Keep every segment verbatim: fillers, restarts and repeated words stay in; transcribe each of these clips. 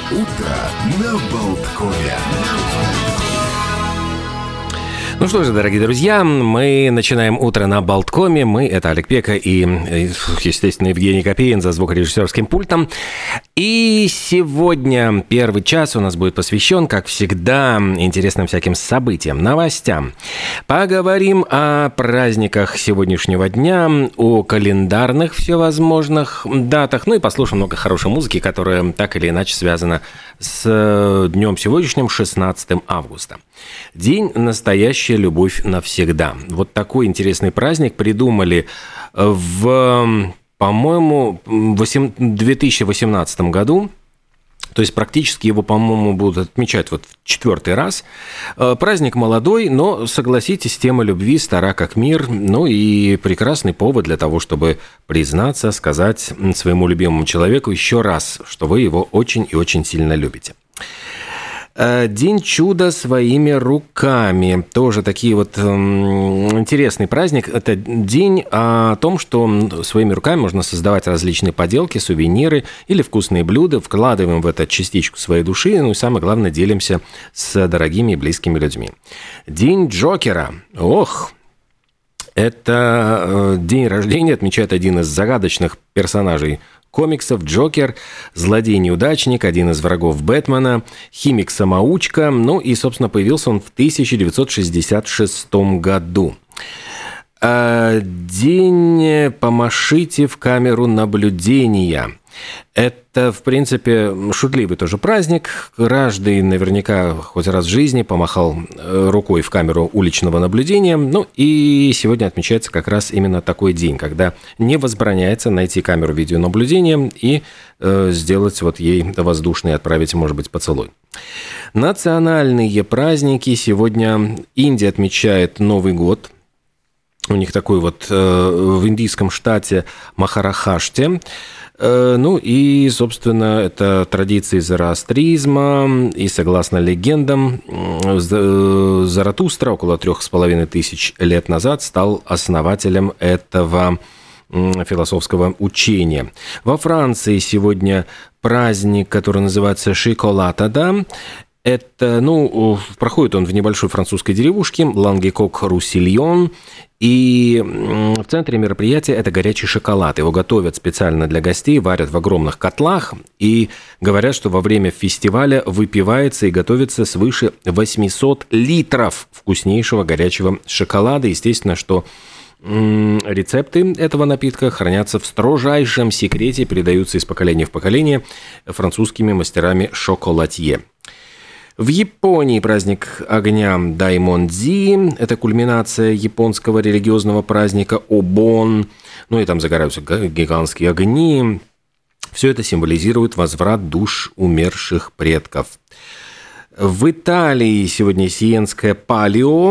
Утро на Болткове. Ну что же, дорогие друзья, мы начинаем утро на Болткоме. Мы, это Олег Пека и, естественно, Евгений Копеин за звукорежиссерским пультом. И сегодня первый час у нас будет посвящен, как всегда, интересным всяким событиям, новостям. Поговорим о праздниках сегодняшнего дня, о календарных всевозможных датах, ну и послушаем много хорошей музыки, которая так или иначе связана с днем сегодняшним, шестнадцатого августа. День настоящая любовь навсегда. Вот такой интересный праздник придумали в, по-моему, в две тысячи восемнадцатом году. То есть практически его, по-моему, будут отмечать вот в четвертый раз. Праздник молодой, но, согласитесь, тема любви стара как мир. Ну и прекрасный повод для того, чтобы признаться, сказать своему любимому человеку еще раз, что вы его очень и очень сильно любите. День чуда своими руками. Тоже такие вот интересный праздник. Это день о том, что своими руками можно создавать различные поделки, сувениры или вкусные блюда. Вкладываем в это частичку своей души. Ну и самое главное, делимся с дорогими и близкими людьми. День Джокера. Ох! Это день рождения отмечает один из загадочных персонажей комиксов. Джокер, злодей-неудачник, один из врагов Бэтмена, химик-самоучка. Ну и, собственно, появился он в тысяча девятьсот шестьдесят шестом году. День «Помашите в камеру наблюдения». Это, в принципе, шутливый тоже праздник. Каждый наверняка хоть раз в жизни помахал рукой в камеру уличного наблюдения. Ну и сегодня отмечается как раз именно такой день, когда не возбраняется найти камеру видеонаблюдения и э, сделать вот ей воздушный, отправить, может быть, поцелуй. Национальные праздники. Сегодня Индия отмечает Новый год. У них такой вот э, в индийском штате Махарахаште. Ну и, собственно, это традиции зороастризма, и, согласно легендам, Заратустра около трех с половиной тысяч лет назад стал основателем этого философского учения. Во Франции сегодня праздник, который называется «Шоколатада». Это, ну, проходит он в небольшой французской деревушке Лангекок-Руссильон, и в центре мероприятия это горячий шоколад. Его готовят специально для гостей, варят в огромных котлах, и говорят, что во время фестиваля выпивается и готовится свыше восемьсот литров вкуснейшего горячего шоколада. Естественно, что рецепты этого напитка хранятся в строжайшем секрете, передаются из поколения в поколение французскими мастерами шоколатье. В Японии праздник огня Даймон-дзи. Это кульминация японского религиозного праздника Обон. Ну и там загораются гигантские огни. Все это символизирует возврат душ умерших предков. В Италии сегодня Сиенское Палео.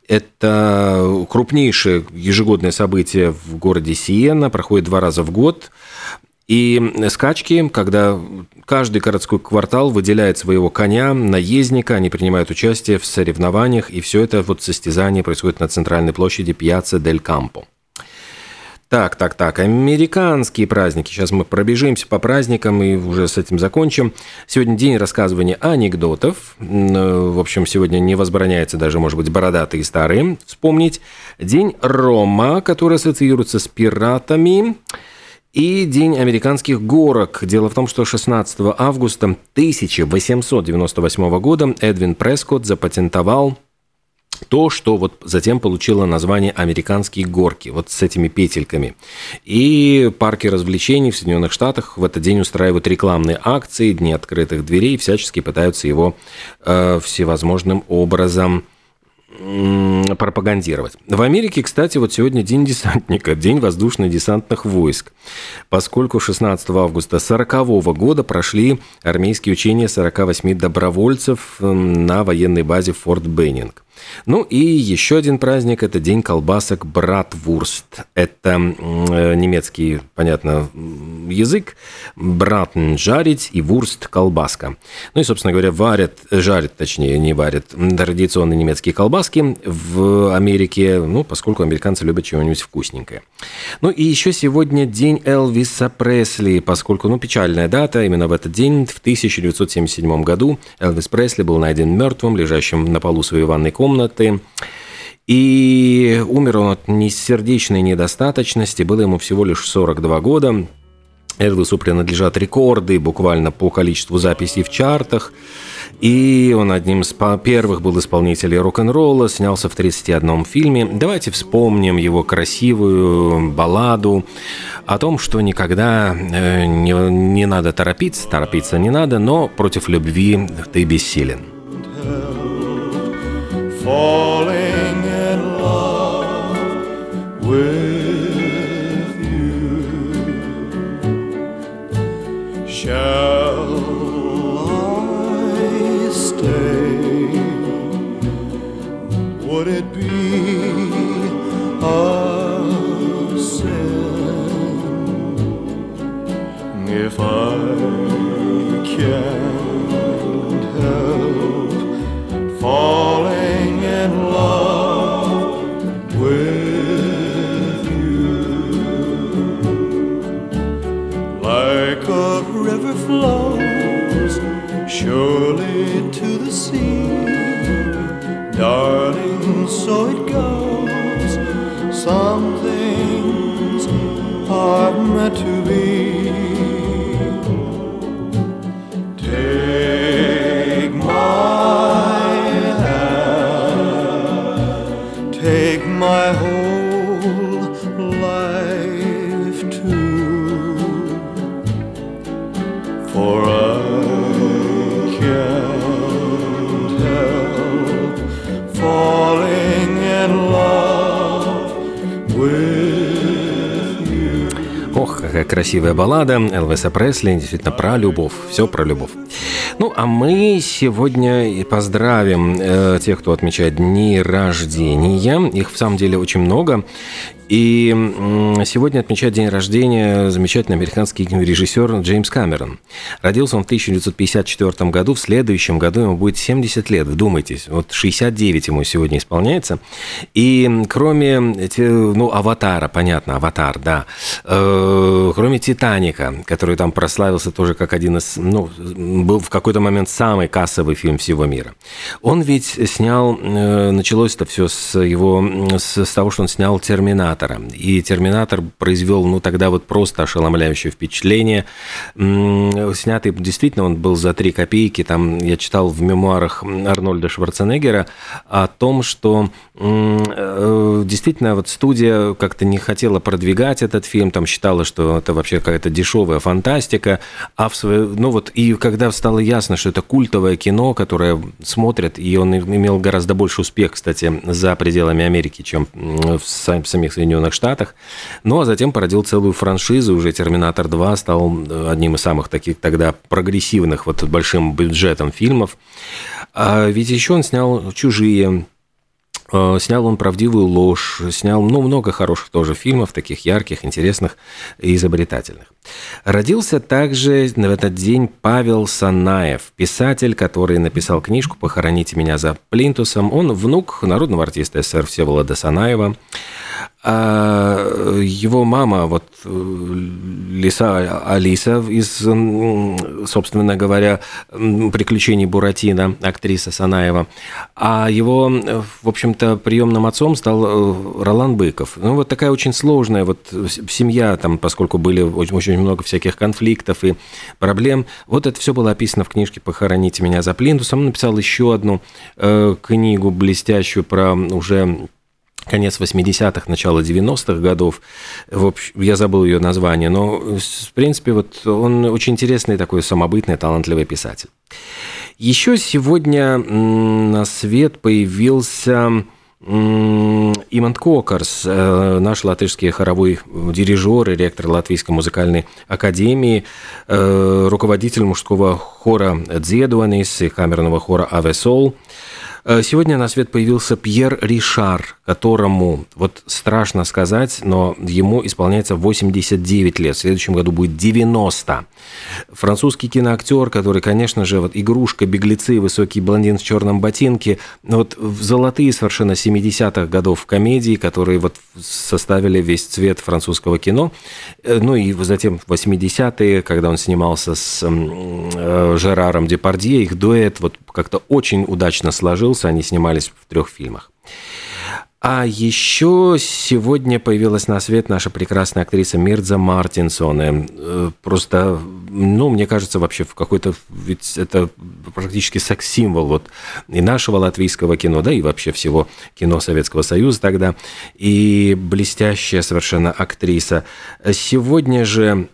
Это крупнейшее ежегодное событие в городе Сиена. Проходит два раза в год. И скачки, когда каждый городской квартал выделяет своего коня, наездника, они принимают участие в соревнованиях, и все это вот состязание происходит на центральной площади Пьяцца дель Кампо. Так, так, так, американские праздники. Сейчас мы пробежимся по праздникам и уже с этим закончим. Сегодня день рассказывания анекдотов. В общем, сегодня не возбраняется даже, может быть, бородатые и старые вспомнить. День Рома, который ассоциируется с пиратами. И День американских горок. Дело в том, что шестнадцатого августа тысяча восемьсот девяносто восьмого года Эдвин Прескотт запатентовал то, что вот затем получило название «Американские горки», вот с этими петельками. И парки развлечений в Соединенных Штатах в этот день устраивают рекламные акции, дни открытых дверей, всячески пытаются его э, всевозможным образом пропагандировать. В Америке, кстати, вот сегодня День десантника, День воздушно-десантных войск, поскольку шестнадцатого августа сорокового года прошли армейские учения сорока восьми добровольцев на военной базе Форт Беннинг. Ну и еще один праздник – это День колбасок «Братвурст». Это немецкий, понятно, язык. «Братн» – жарить и «вурст» – колбаска. Ну и, собственно говоря, варят, жарят, точнее, не варят, традиционные немецкие колбаски в Америке, ну, поскольку американцы любят чего-нибудь вкусненькое. Ну и еще сегодня День Элвиса Пресли, поскольку, ну, печальная дата, именно в этот день, в тысяча девятьсот семьдесят седьмом году, Элвис Пресли был найден мертвым, лежащим на полу своей ванной комнаты. И умер он от сердечной недостаточности, было ему всего лишь сорок два года. Элвису принадлежат рекорды буквально по количеству записей в чартах. И он одним из первых был исполнителей рок-н-ролла, снялся в тридцати одном фильме. Давайте вспомним его красивую балладу о том, что никогда не, не надо торопиться, торопиться не надо, но против любви ты бессилен. Falling in love with you. Shall I stay? Would it be a sin if I can't help falling in love with you? Like a river flows surely to the sea, darling, so it goes. Some things are meant to be. Take my take my whole life too, for I can't help falling in love with you. Ох, какая красивая баллада Элвиса Пресли, действительно про любовь, все про любовь. Ну, а мы сегодня и поздравим э, тех, кто отмечает дни рождения. Их, в самом деле, очень много. И сегодня отмечает день рождения замечательный американский режиссер Джеймс Кэмерон. Родился он в тысяча девятьсот пятьдесят четвёртом году, в следующем году ему будет семьдесят лет, вдумайтесь, вот шестьдесят девять ему сегодня исполняется. И кроме, ну, «Аватара», понятно, «Аватар», да, э, кроме «Титаника», который там прославился тоже как один из, ну, был в какой-то момент самый кассовый фильм всего мира. Он ведь снял, э, началось это все с его, с, с того, что он снял «Терминатор». И «Терминатор» произвел, ну, тогда вот просто ошеломляющее впечатление. Снятый, действительно, он был за три копейки. Там я читал в мемуарах Арнольда Шварценеггера о том, что действительно вот студия как-то не хотела продвигать этот фильм, там считала, что это вообще какая-то дешевая фантастика. А в свое... Ну вот, и когда стало ясно, что это культовое кино, которое смотрят, и он имел гораздо больше успех, кстати, за пределами Америки, чем в самих Соединенных Штатах. Ну, а затем породил целую франшизу. Уже «Терминатор два» стал одним из самых таких тогда прогрессивных, вот большим бюджетом фильмов. А ведь еще он снял «Чужие», снял он «Правдивую ложь», снял, ну, много хороших тоже фильмов, таких ярких, интересных и изобретательных. Родился также в этот день Павел Санаев, писатель, который написал книжку «Похороните меня за плинтусом». Он внук народного артиста СССР Всеволода Санаева. А его мама, вот Лиса Алиса из, собственно говоря, «Приключений Буратино», актриса Санаева. А его, в общем-то, приемным отцом стал Ролан Быков. Ну, вот такая очень сложная вот семья, там, поскольку были очень, очень много всяких конфликтов и проблем. Вот это все было описано в книжке «Похороните меня за плинтусом». Он написал еще одну э, книгу блестящую про уже... конец восьмидесятых, начало девяностых годов. В общем, я забыл ее название, но, в принципе, вот он очень интересный такой самобытный, талантливый писатель. Еще сегодня на свет появился Имант Кокарс, наш латышский хоровой дирижер и ректор Латвийской музыкальной академии, руководитель мужского хора «Дзедуанис» и камерного хора «Авесол». Сегодня на свет появился Пьер Ришар, которому, вот страшно сказать, но ему исполняется восемьдесят девять лет, в следующем году будет девяносто. Французский киноактер, который, конечно же, вот игрушка, беглецы, высокий блондин в черном ботинке, вот золотые совершенно семидесятых годов комедии, которые вот составили весь цвет французского кино, ну и затем восьмидесятые, когда он снимался с Жераром Депардье, их дуэт вот как-то очень удачно сложился, они снимались в трех фильмах. А еще сегодня появилась на свет наша прекрасная актриса Мирза Мартинсон. Просто, ну, мне кажется, вообще в какой-то... Ведь это практически секс-символ вот и нашего латвийского кино, да, и вообще всего кино Советского Союза тогда. И блестящая совершенно актриса. Сегодня же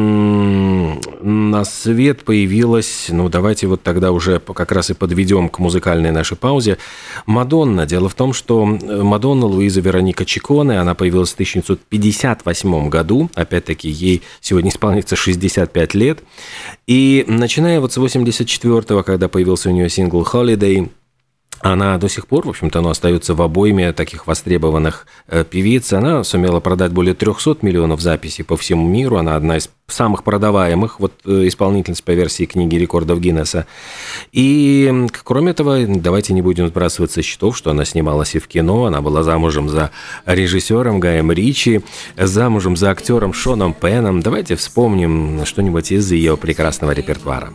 на свет появилась, ну, давайте вот тогда уже как раз и подведем к музыкальной нашей паузе, Мадонна. Дело в том, что Мадонна Луиза Вероника Чиконе, она появилась в тысяча девятьсот пятьдесят восьмом году, опять-таки ей сегодня исполнится шестьдесят пять лет, и начиная вот с восемьдесят четвёртого, когда появился у нее сингл «Holiday», она до сих пор, в общем-то, она остается в обойме таких востребованных э, певиц. Она сумела продать более триста миллионов записей по всему миру. Она одна из самых продаваемых вот, э, исполнительниц по версии книги рекордов Гиннесса. И, кроме этого, давайте не будем сбрасывать со счетов, что она снималась и в кино. Она была замужем за режиссером Гаем Ричи, замужем за актером Шоном Пеном. Давайте вспомним что-нибудь из ее прекрасного репертуара.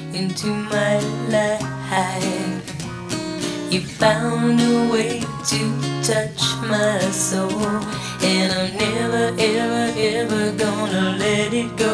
You found a way to touch my soul, and I'm never, ever, ever gonna let it go.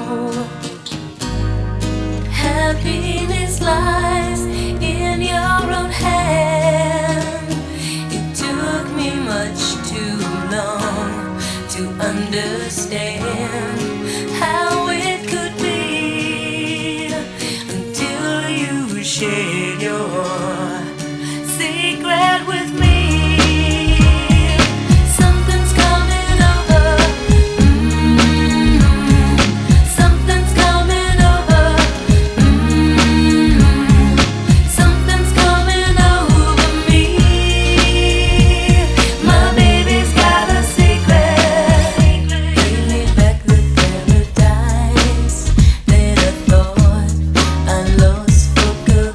Happiness lies in your own hand. It took me much too long to understand how it could be until you shared your secret with me. Something's coming over. Mm-hmm. Something's coming over. Mm-hmm. Something's coming over me. My baby's got a secret. Bring me back the paradise that I thought I lost for good.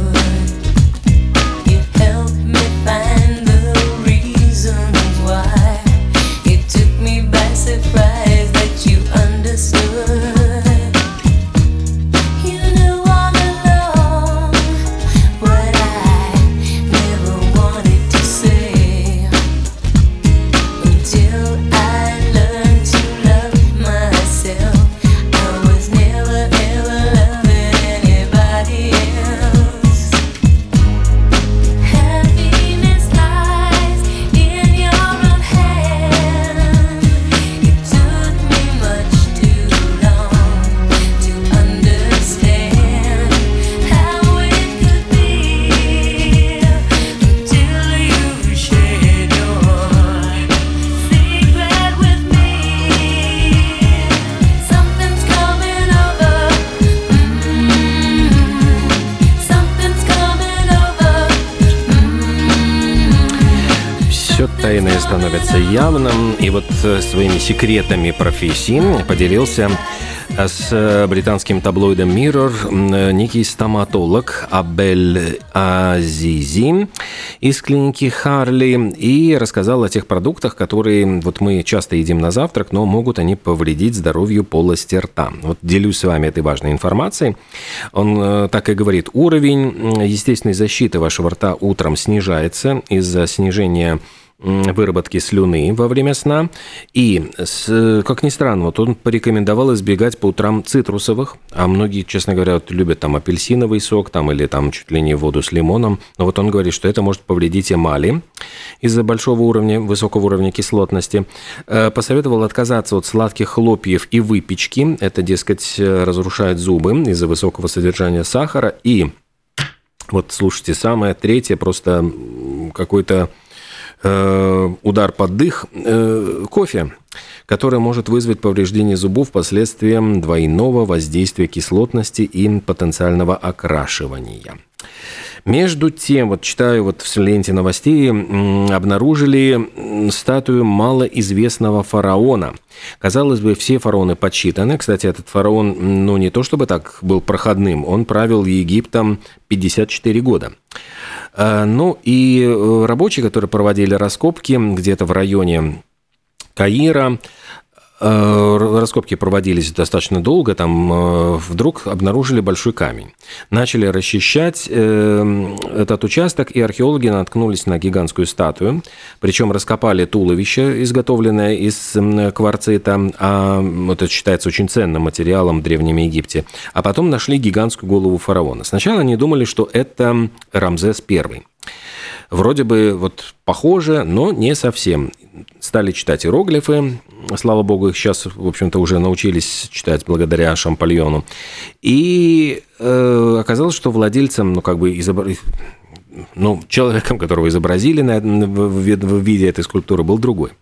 Find the reasons why it took me by surprise that you understood. You knew all along what I never wanted to say, until I learned to love myself. I was never ever loving anybody else. Тайное становится явным, и вот своими секретами профессии поделился с британским таблоидом Mirror некий стоматолог Абель Азизи из клиники Харли и рассказал о тех продуктах, которые вот мы часто едим на завтрак, но могут они повредить здоровью полости рта. Вот делюсь с вами этой важной информацией. Он так и говорит: уровень естественной защиты вашего рта утром снижается из-за снижения выработки слюны во время сна. И, как ни странно, вот он порекомендовал избегать по утрам цитрусовых, а многие, честно говоря, вот любят там апельсиновый сок там, или там чуть ли не воду с лимоном. Но вот он говорит, что это может повредить эмали из-за большого уровня, высокого уровня кислотности. Посоветовал отказаться от сладких хлопьев и выпечки. Это, дескать, разрушает зубы из-за высокого содержания сахара. И вот, слушайте, самое третье, просто какой-то удар под дых, кофе, который может вызвать повреждение зубов последствием двойного воздействия кислотности и потенциального окрашивания. Между тем, вот читаю вот в ленте новостей, обнаружили статую малоизвестного фараона. Казалось бы, все фараоны подсчитаны. Кстати, этот фараон, ну, не то чтобы так был проходным, он правил Египтом пятьдесят четыре года. Ну, и рабочие, которые проводили раскопки где-то в районе Каира, раскопки проводились достаточно долго, там вдруг обнаружили большой камень. Начали расчищать этот участок, и археологи наткнулись на гигантскую статую. Причем раскопали туловище, изготовленное из кварцита, а это считается очень ценным материалом в Древнем Египте. А потом нашли гигантскую голову фараона. Сначала они думали, что это Рамзес Первый. Вроде бы вот похоже, но не совсем. Стали читать иероглифы, слава богу, их сейчас, в общем-то, уже научились читать благодаря Шампальону. И э, оказалось, что владельцем, ну, как бы, изобр... ну, человеком, которого изобразили на, в, в виде этой скульптуры, был другой.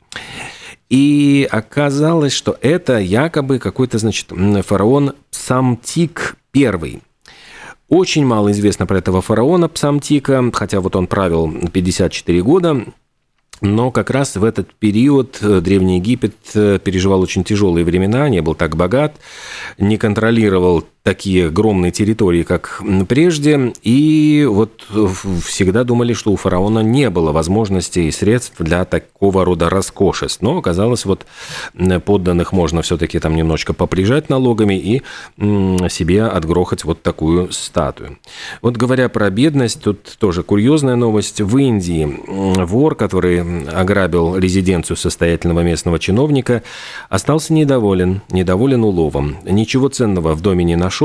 И оказалось, что это якобы какой-то, значит, фараон Псамтик Первый. Очень мало известно про этого фараона Псамтика, хотя вот он правил пятьдесят четыре года, но как раз в этот период Древний Египет переживал очень тяжелые времена, не был так богат, не контролировал такие огромные территории, как прежде, и вот всегда думали, что у фараона не было возможностей и средств для такого рода роскошеств. Но оказалось, вот подданных можно все-таки там немножко поприжать налогами и себе отгрохать вот такую статую. Вот говоря про бедность, тут тоже курьезная новость. В Индии вор, который ограбил резиденцию состоятельного местного чиновника, остался недоволен, недоволен уловом. Ничего ценного в доме не нашел,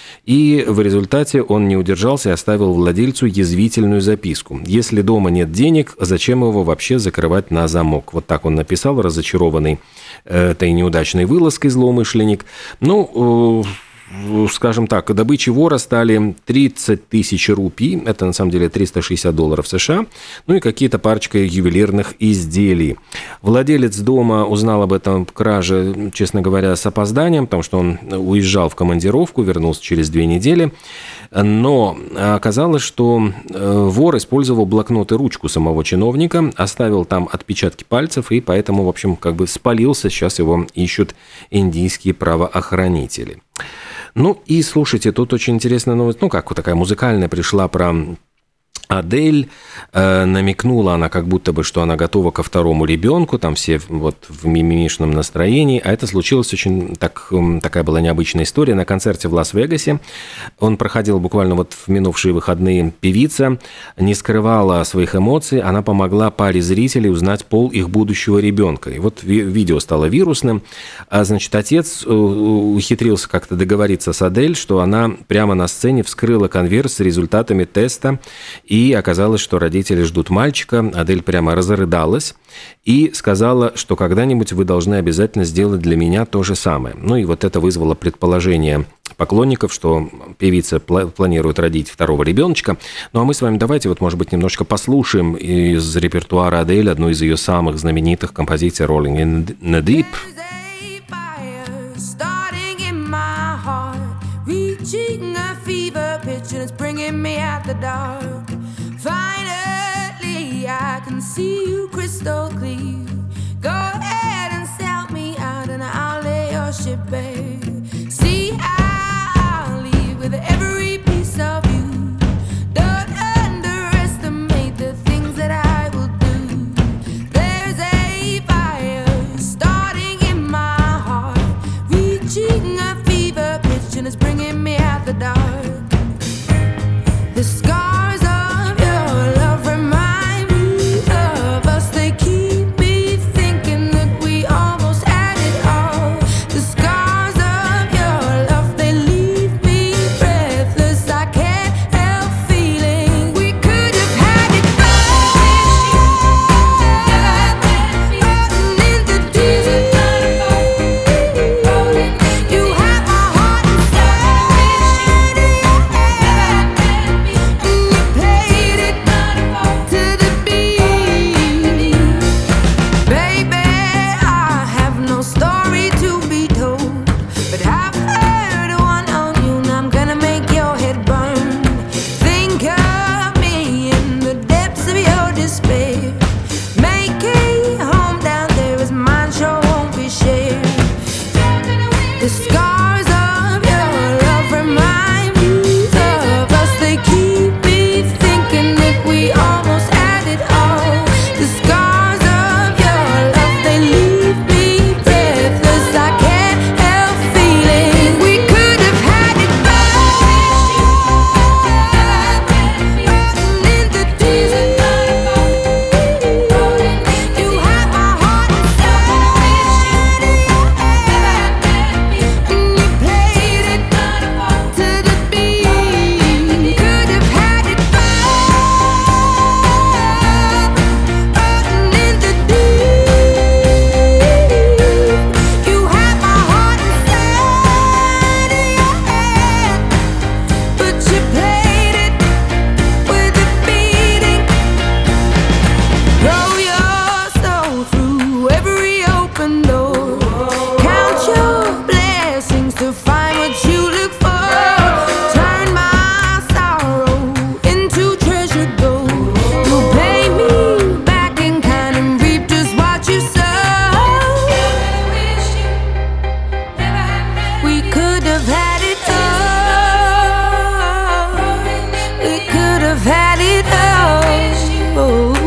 и в результате он не удержался и оставил владельцу язвительную записку. «Если дома нет денег, зачем его вообще закрывать на замок?» Вот так он написал, разочарованный этой неудачной вылазкой злоумышленник. Ну, скажем так, добычей вора стали тридцать тысяч рупий, это на самом деле триста шестьдесят долларов США, ну и какие-то парочка ювелирных изделий. Владелец дома узнал об этом краже, честно говоря, с опозданием, потому что он уезжал в командировку, вернулся через две недели, но оказалось, что вор использовал блокнот и ручку самого чиновника, оставил там отпечатки пальцев, и поэтому, в общем, как бы спалился, сейчас его ищут индийские правоохранители. Ну и слушайте, тут очень интересная новость, ну как вот такая музыкальная пришла про Адель. Э, намекнула она как будто бы, что она готова ко второму ребенку, там все вот в мимимишном настроении, а это случилось очень, так, такая была необычная история на концерте в Лас-Вегасе. Он проходил буквально вот в минувшие выходные. Певица не скрывала своих эмоций, она помогла паре зрителей узнать пол их будущего ребенка. И вот ви- видео стало вирусным, а, значит, отец ухитрился как-то договориться с Адель, что она прямо на сцене вскрыла конверт с результатами теста, и оказалось, что родители ждут мальчика. Адель прямо разрыдалась и сказала, что когда-нибудь вы должны обязательно сделать для меня то же самое. Ну и вот это вызвало предположение поклонников, что певица пла- планирует родить второго ребеночка. Ну а мы с вами давайте вот, может быть, немножко послушаем из репертуара Адель одну из ее самых знаменитых композиций «Rolling in the Deep». Finally, I can see you crystal clear. Go ahead and sell me out and I'll lay your ship bare. See, I'll leave with every piece of you. Don't underestimate the things that I will do. There's a fire starting in my heart, reaching a fever pitch and it's bringing me out the dark. The scars of your love remind me of us. They keep me have had it all. Oh.